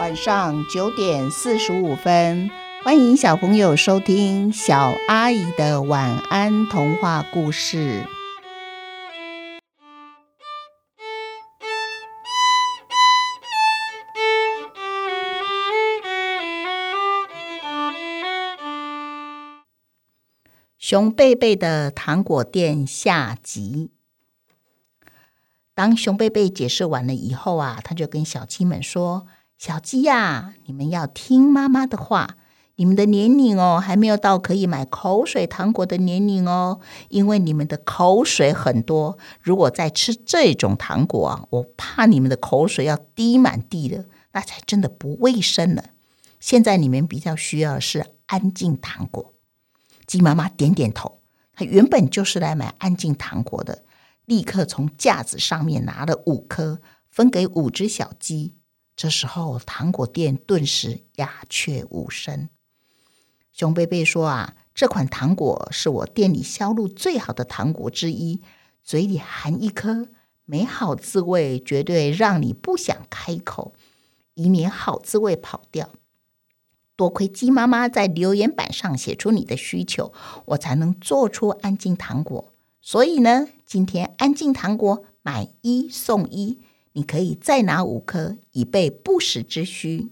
晚上9:45，欢迎小朋友收听小阿姨的晚安童话故事。熊贝贝的糖果店下集。当熊贝贝解释完了以后啊，他就跟小鸡们说：小鸡啊，你们要听妈妈的话，你们的年龄还没有到可以买口水糖果的年龄因为你们的口水很多，如果再吃这种糖果啊，我怕你们的口水要滴满地了，那才真的不卫生了。现在你们比较需要的是安静糖果。鸡妈妈点点头，她原本就是来买安静糖果的，立刻从架子上面拿了5颗，分给5只小鸡。这时候糖果店顿时鸦雀无声。熊贝贝说啊，这款糖果是我店里销路最好的糖果之一，嘴里含1颗，没好滋味，绝对让你不想开口，以免好滋味跑掉。多亏鸡妈妈在留言板上写出你的需求，我才能做出安静糖果。所以呢，今天安静糖果买1送1，你可以再拿5颗，以备不时之需。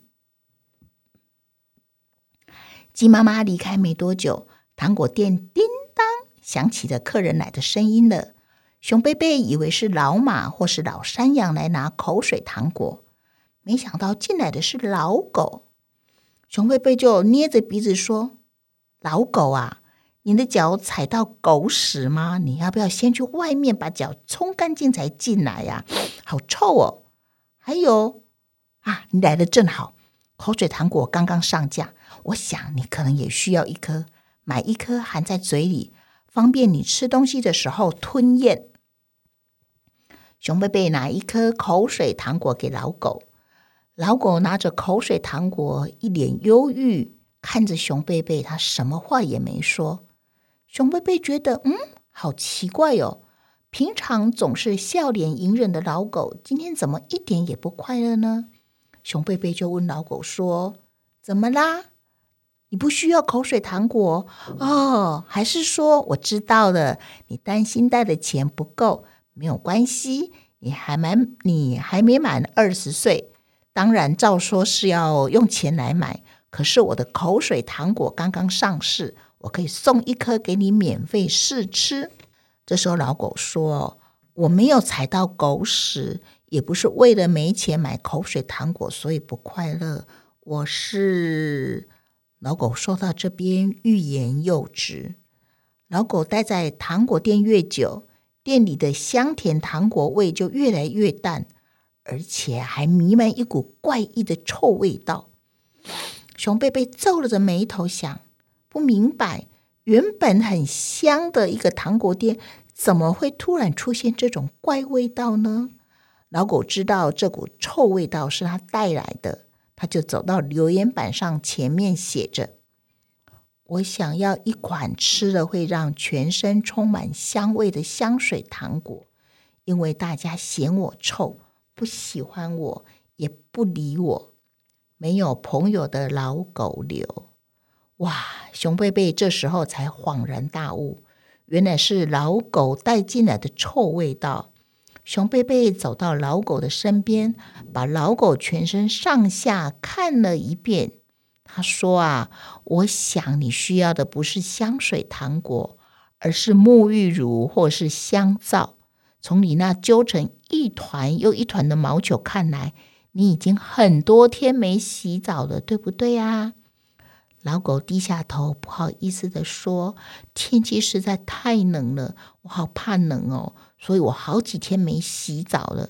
鸡妈妈离开没多久，糖果店叮当响起了客人来的声音了。熊贝贝以为是老马或是老山羊来拿口水糖果，没想到进来的是老狗。熊贝贝就捏着鼻子说：老狗啊，你的脚踩到狗屎吗？你要不要先去外面把脚冲干净才进来呀？好臭哦！还有啊，你来的正好，口水糖果刚刚上架，我想你可能也需要1颗，买1颗含在嘴里，方便你吃东西的时候吞咽。熊贝贝拿1颗口水糖果给老狗，老狗拿着口水糖果，一脸忧郁，看着熊贝贝，他什么话也没说。熊贝贝觉得好奇怪哦，平常总是笑脸迎人的老狗，今天怎么一点也不快乐呢？熊贝贝就问老狗说：怎么啦？你不需要口水糖果还是说我知道了，你担心带的钱不够？没有关系，你还没满20岁，当然照说是要用钱来买，可是我的口水糖果刚刚上市，我可以送1颗给你免费试吃。这时候老狗说：我没有踩到狗屎，也不是为了没钱买口水糖果所以不快乐，我是……老狗说到这边欲言又止。老狗待在糖果店越久，店里的香甜糖果味就越来越淡，而且还弥漫一股怪异的臭味道。熊贝贝皱了着眉头想，不明白原本很香的一个糖果店怎么会突然出现这种怪味道呢？老狗知道这股臭味道是他带来的，他就走到留言板上，前面写着：我想要1款吃了会让全身充满香味的香水糖果，因为大家嫌我臭，不喜欢我，也不理我，没有朋友的老狗流。哇！熊贝贝这时候才恍然大悟，原来是老狗带进来的臭味道。熊贝贝走到老狗的身边，把老狗全身上下看了一遍。他说啊，我想你需要的不是香水糖果，而是沐浴乳或是香皂。从你那揪成一团又一团的毛球看来，你已经很多天没洗澡了，对不对啊？老狗低下头，不好意思地说：天气实在太冷了，我好怕冷哦，所以我好几天没洗澡了。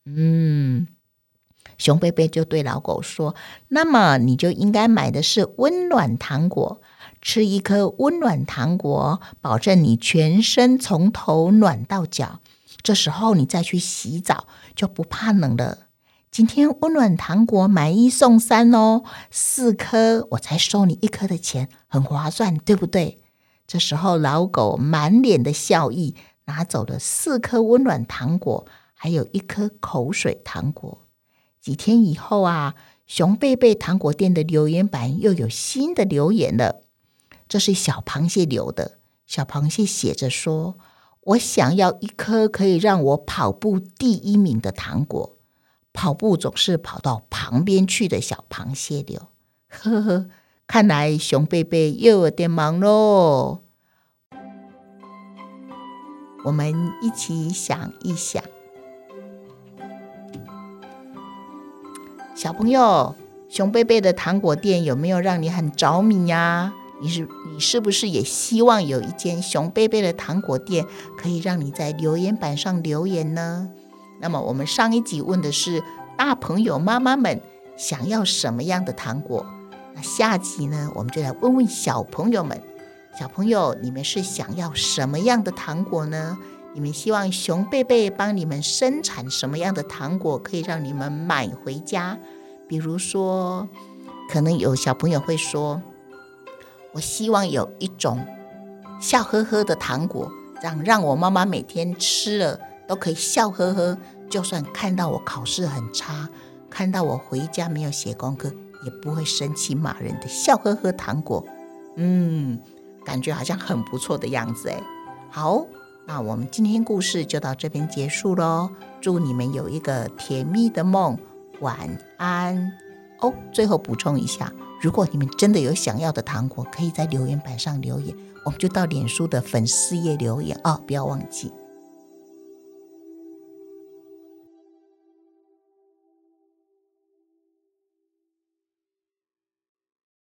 熊贝贝就对老狗说：那么你就应该买的是温暖糖果，吃1颗温暖糖果，保证你全身从头暖到脚，这时候你再去洗澡就不怕冷了。今天温暖糖果买1送3哦，4颗我才收你1颗的钱，很划算，对不对？这时候老狗满脸的笑意，拿走了4颗温暖糖果，还有1颗口水糖果。几天以后啊， 熊贝贝糖果店的留言板又有新的留言了，这是小螃蟹留的。小螃蟹写着说，我想要一颗可以让我跑步第1名的糖果，跑步总是跑到旁边去的小螃蟹留。呵呵，看来熊贝贝又有点忙咯。我们一起想一想，小朋友，熊贝贝的糖果店有没有让你很着迷呀？你是不是也希望有一间熊贝贝的糖果店，可以让你在留言板上留言呢？那么我们上一集问的是大朋友妈妈们想要什么样的糖果，那下集呢，我们就来问问小朋友们，小朋友你们是想要什么样的糖果呢？你们希望熊贝贝帮你们生产什么样的糖果，可以让你们买回家？比如说，可能有小朋友会说，我希望有一种笑呵呵的糖果，让我妈妈每天吃了都可以笑呵呵，就算看到我考试很差，看到我回家没有写功课，也不会生气骂人的笑呵呵糖果。感觉好像很不错的样子。好，那我们今天故事就到这边结束咯，祝你们有一个甜蜜的梦，晚安。最后补充一下，如果你们真的有想要的糖果，可以在留言板上留言，我们就到脸书的粉丝页留言不要忘记。